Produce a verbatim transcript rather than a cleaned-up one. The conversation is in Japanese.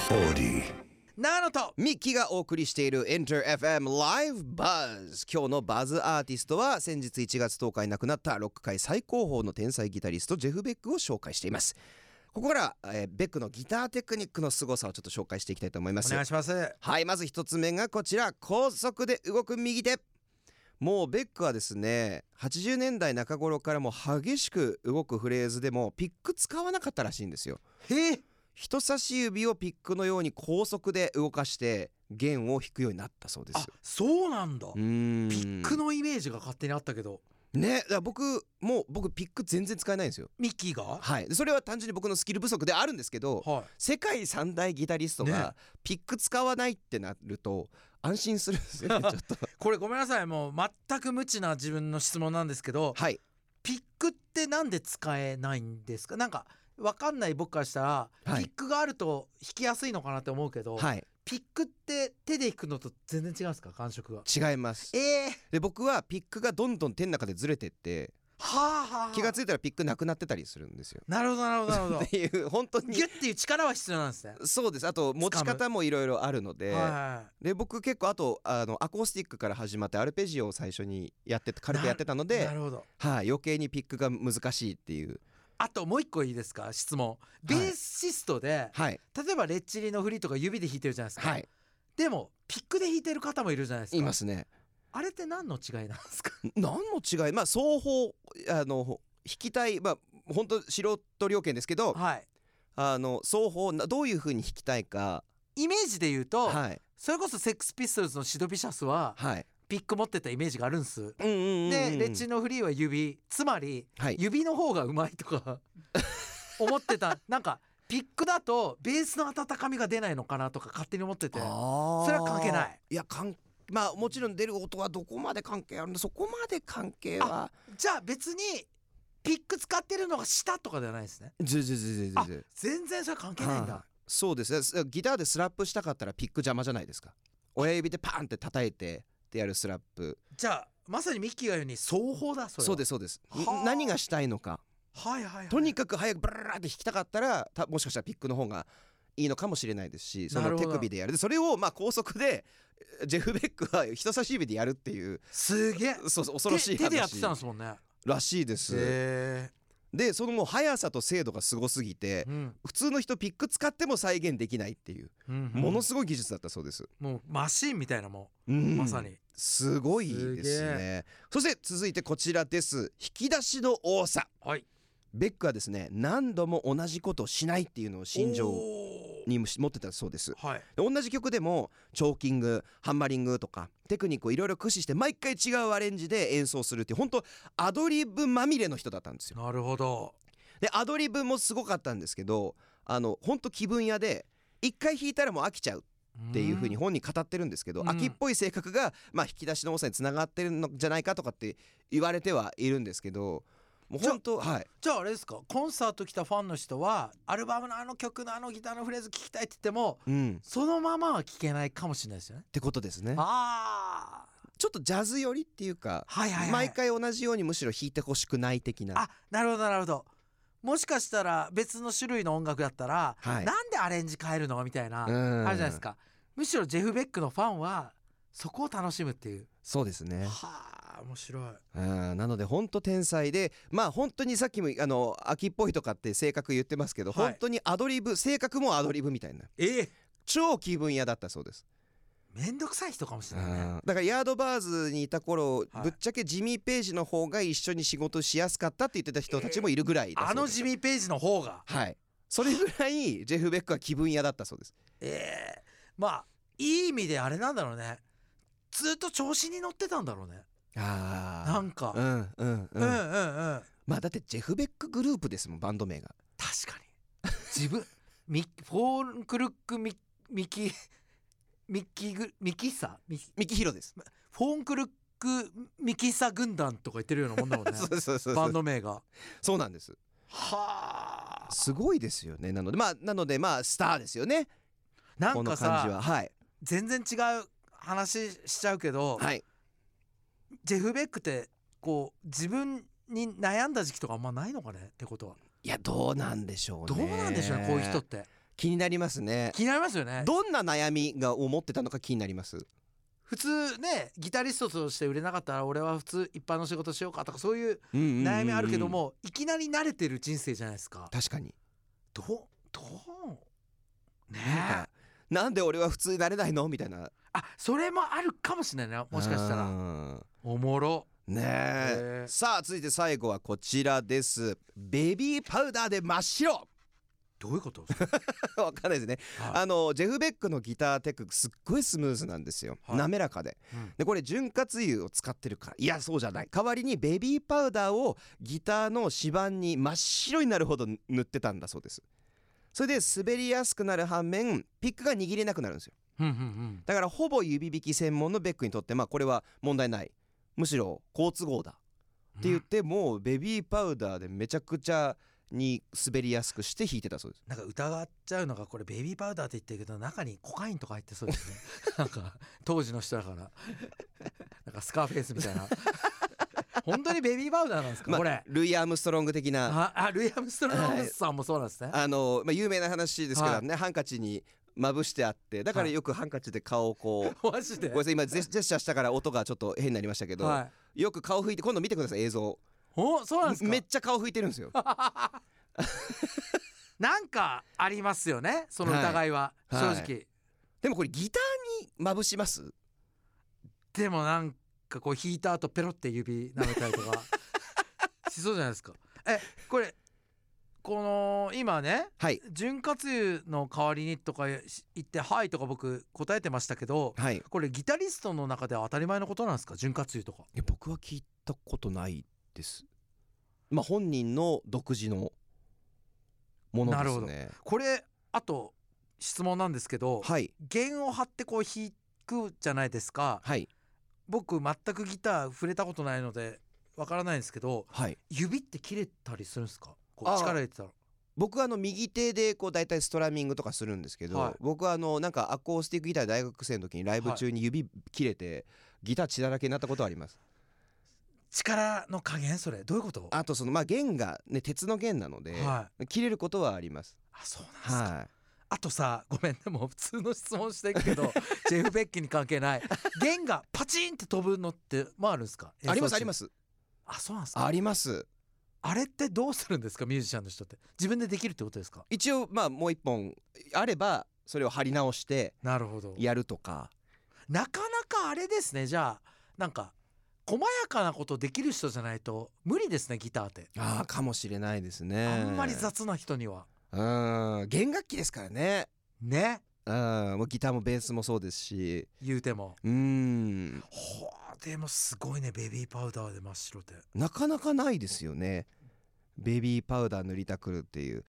オーディ長野とミッキーがお送りしている Enter エフエム Live Buzz。 今日のバズアーティストは先日いちがつとおかに亡くなったロック界最高峰の天才ギタリストジェフ・ベックを紹介しています。ここから、えー、ベックのギターテクニックの凄さをちょっと紹介していきたいと思います。 お願いします。 はい、まず一つ目がこちら、高速で動く右手。もうベックはですねはちじゅうねんだいなか頃からも激しく動くフレーズでもピック使わなかったらしいんですよ。 へえ。 人差し指をピックのように高速で動かして弦を弾くようになったそうです。 あ、そうなんだ。 うーんピックのイメージが勝手にあったけどね、だから僕もう僕ピック全然使えないんですよ。 ミッキーがはい、それは単純に僕のスキル不足であるんですけど、 は世界三大ギタリストねがピック使わないってなると安心するんですよねちょっとい。これごめんなさい、もう全く無知な自分の質問なんですけど、 はいピックってなんで使えないんですか？なんか分かんない僕からしたら、 はいピックがあると弾きやすいのかなって思うけど、 はいピックって手で弾くのと全然違うんですか？感触が。 違います。 えー、 で僕はピックがどんどん手の中でずれてってはあはあ、 気がついたらピックなくなってたりするんですよ。 なるほどなるほどなるほどっていう本当にギュッていう力は必要なんですね。 そうです。あと持ち方もいろいろあるので、 はいはい、 で僕結構あとあのアコースティックから始まってアルペジオを最初にやって軽くやってたので、 なるほど。 はい、余計にピックが難しいっていう。 あともう一個いいですか？質問。ベーシストで、 はい例えばレッチリの振りとか指で弾いてるじゃないですか、 はいでもピックで弾いてる方もいるじゃないですか。 いますね。 あれって何の違いなんですか？ 何の違い、まあ双方あの弾きたい、まあ本当素人了見ですけど、 はい、 あの双方などういう風に弾きたいか。 イメージで言うと、 はいそれこそセックスピストルズのシド・ビシャスははいピック持ってたイメージがあるんす。 うんうんうんうん、 でレッチリのフリーは指、つまり、 はい、 指の方がうまいとか思ってた。なんかピックだとベースの温かみが出ないのかなとか勝手に思ってて、そそれは関係ない。 いやかんまあもちろん出る音はどこまで関係あるんだ、そこまで関係はじゃあ別にピック使ってるのが下とかではないですね。 ずずずずずあ、 ず全然それ関係ないんだ、 はい、そうですね。ギターでスラップしたかったらピック邪魔じゃないですか。親指でパンって叩いてってやるスラップ。 じゃあまさにミッキーが言うに双方だ。それはそうですそうです。 はあ何がしたいのか、 はいはい、はい、 とにかく早くブラーって弾きたかったらたもしかしたらピックの方がいいのかもしれないですし、その手首でやる。でそれをまあ高速でジェフ・ベックは人差し指でやるっていう、 すげえ。 そうそう恐ろしい話手手でやってたんですもんね。 らしいです。 へでそのもう速さと精度がすごすぎて、 ー、うん普通の人ピック使っても再現できないっていう、 うんうん、 ものすごい技術だったそうです。 もうマシンみたいなもん、 うんまさにすごいですすげね。そして続いてこちらです。引き出しの多さ。 はい。 ベックはですね何度も同じことをしないっていうのを心情おーに持ってたそうです。 はい。 同じ曲でもチョーキング、ハンマリングとかテクニックをいろいろ駆使して毎回違うアレンジで演奏するっていう本当アドリブまみれの人だったんですよ。 なるほど。 でアドリブもすごかったんですけど、あの本当気分屋で一回弾いたらもう飽きちゃうっていう風に本人語ってるんですけど、 うん秋っぽい性格がまあ引き出しの多さにつながってるのじゃないかとかって言われてはいるんですけど、もう本当はい。 じゃああれですか、コンサート来たファンの人はアルバムのあの曲のあのギターのフレーズ聞きたいって言っても、 うんそのままは聞けないかもしれないですよね。 ってことですね。 ああ、 ちょっとジャズ寄りっていうか、 はいはいはい、 毎回同じようにむしろ弾いてほしくない的な。 あ、なるほどなるほど。もしかしたら別の種類の音楽だったら、 はいなんでアレンジ変えるのみたいな、 うんあるじゃないですか。むしろジェフ・ベックのファンはそこを楽しむっていう。 そうですね。 はあ、面白い。 うんなので本当天才で、まあ本当にさっきもあの秋っぽいとかって性格言ってますけど、 はい本当にアドリブ、性格もアドリブみたいなええ、 超気分屋だったそうです。 めんどくさい人かもしれないね。 うんだからヤードバーズにいた頃、 はいぶっちゃけジミー・ペイジの方が一緒に仕事しやすかったって言ってた人たちもいるぐらいだそうです。 あのジミー・ペイジの方が、 はいそれぐらいジェフ・ベックは気分屋だったそうです。 ええ、まあいい意味であれなんだろうね。ずっと調子に乗ってたんだろうね。 ああなんか、 うんうんうん、 うんうんうん。 まあだってジェフ・ベックグループですもん、バンド名が。 確かに自分ミフォークルックミミキミッキーグミキサミミキヒロです。 フォークルックミキサ軍団とか言ってるようなもんだもんねそうそうそうそうバンド名が。 そうなんです。 はあ、 すごいですよね。なのでまあなのでまあスターですよね。 なんかこの感じさ、 ははい全然違う話しちゃうけど、 はい。 ジェフ・ベックってこう自分に悩んだ時期とかあんまないのかねってことは。 いやどうなんでしょうね。 どうなんでしょうね、こういう人って。 気になりますね。 気になりますよね。 どんな悩みが思ってたのか気になります。 普通ねギタリストとして売れなかったら俺は普通一般の仕事しようかとかそういう悩みあるけども、いきなり慣れてる人生じゃないですか。 確かに。 どうどうねえなんで俺は普通になれないのみたいな。 あそれもあるかもしれないな、もしかしたら。おもろねえ。さあ続いて最後はこちらです。ベビーパウダーで真っ白。 どういうことわかんないですね、はい、あのジェフ・ベックのギターテクすっごいスムーズなんですよ、はい、滑らかで、うん、でこれ潤滑油を使ってるから、いやそうじゃない、代わりにベビーパウダーをギターの指板に真っ白になるほど塗ってたんだそうです。それで滑りやすくなる反面ピックが握れなくなるんですよ、うんうんうん、だからほぼ指弾き専門のベックにとってまあこれは問題ない、むしろ好都合だって言って、うん、もうベビーパウダーでめちゃくちゃに滑りやすくして弾いてたそうです。 なんか疑っちゃうのがこれベビーパウダーって言ってるけど中にコカインとか入ってそうですねなんか当時の人だからなんかスカーフェイスみたいな本当にベビーパウダーなんですか、まあ、これルイ・アームストロング的な。 ああルイ・アームストロングさんもそうなんですね、 はい、あの、まあ、有名な話ですけどね、はい、ハンカチにまぶしてあってだからよくハンカチで顔をこう、 マジでごめんなさい今ジェスチャーしたから音がちょっと変になりましたけど、はい、よく顔拭いて今度見てください映像。 おそうなんですか。 めっちゃ顔拭いてるんですよなんかありますよねその疑いは、はい、正直、はい、 でもこれギターにまぶします。 でもなんかこう弾いた後ペロって指舐めたりとかしそうじゃないですか。えこれこの今ね、はい、潤滑油の代わりにとか言ってはいとか僕答えてましたけど、はい、これギタリストの中では当たり前のことなんですか潤滑油とか。 いや僕は聞いたことないです。まあ本人の独自のものですね。なるほど。 これあと質問なんですけど、はい、弦を張ってこう弾くじゃないですか、はい、僕全くギター触れたことないのでわからないんですけど、はい、指って切れたりするんですかこう力入れてたら。 僕はあの右手でこうだいたいストラミングとかするんですけど、はい、僕はあのなんかアコースティックギター大学生の時にライブ中に指切れて、はい、ギター血だらけになったことあります。 力の加減それどういうこと。 あとそのまあ弦がね鉄の弦なので、はい、切れることはあります。 あそうなんですか、はい、あとさごめんでも普通の質問してるけどジェフ・ベッキーに関係ない弦がパチンって飛ぶのってもあるんですか。 ありますあります。 あそうなんですか。 あります。 あれってどうするんですかミュージシャンの人って自分でできるってことですか。 一応まあもう一本あればそれを貼り直してやるとか。 なかなかあれですね。じゃあなんか細やかなことできる人じゃないと無理ですねギターって。 ああかもしれないですね。 あんまり雑な人には。 うん弦楽器ですからね。 ね。 うんもうギターもベースもそうですし言うてもうんほーでもすごいねベビーパウダーで真っ白ってなかなかないですよね。ベビーパウダー塗りたくるっていう。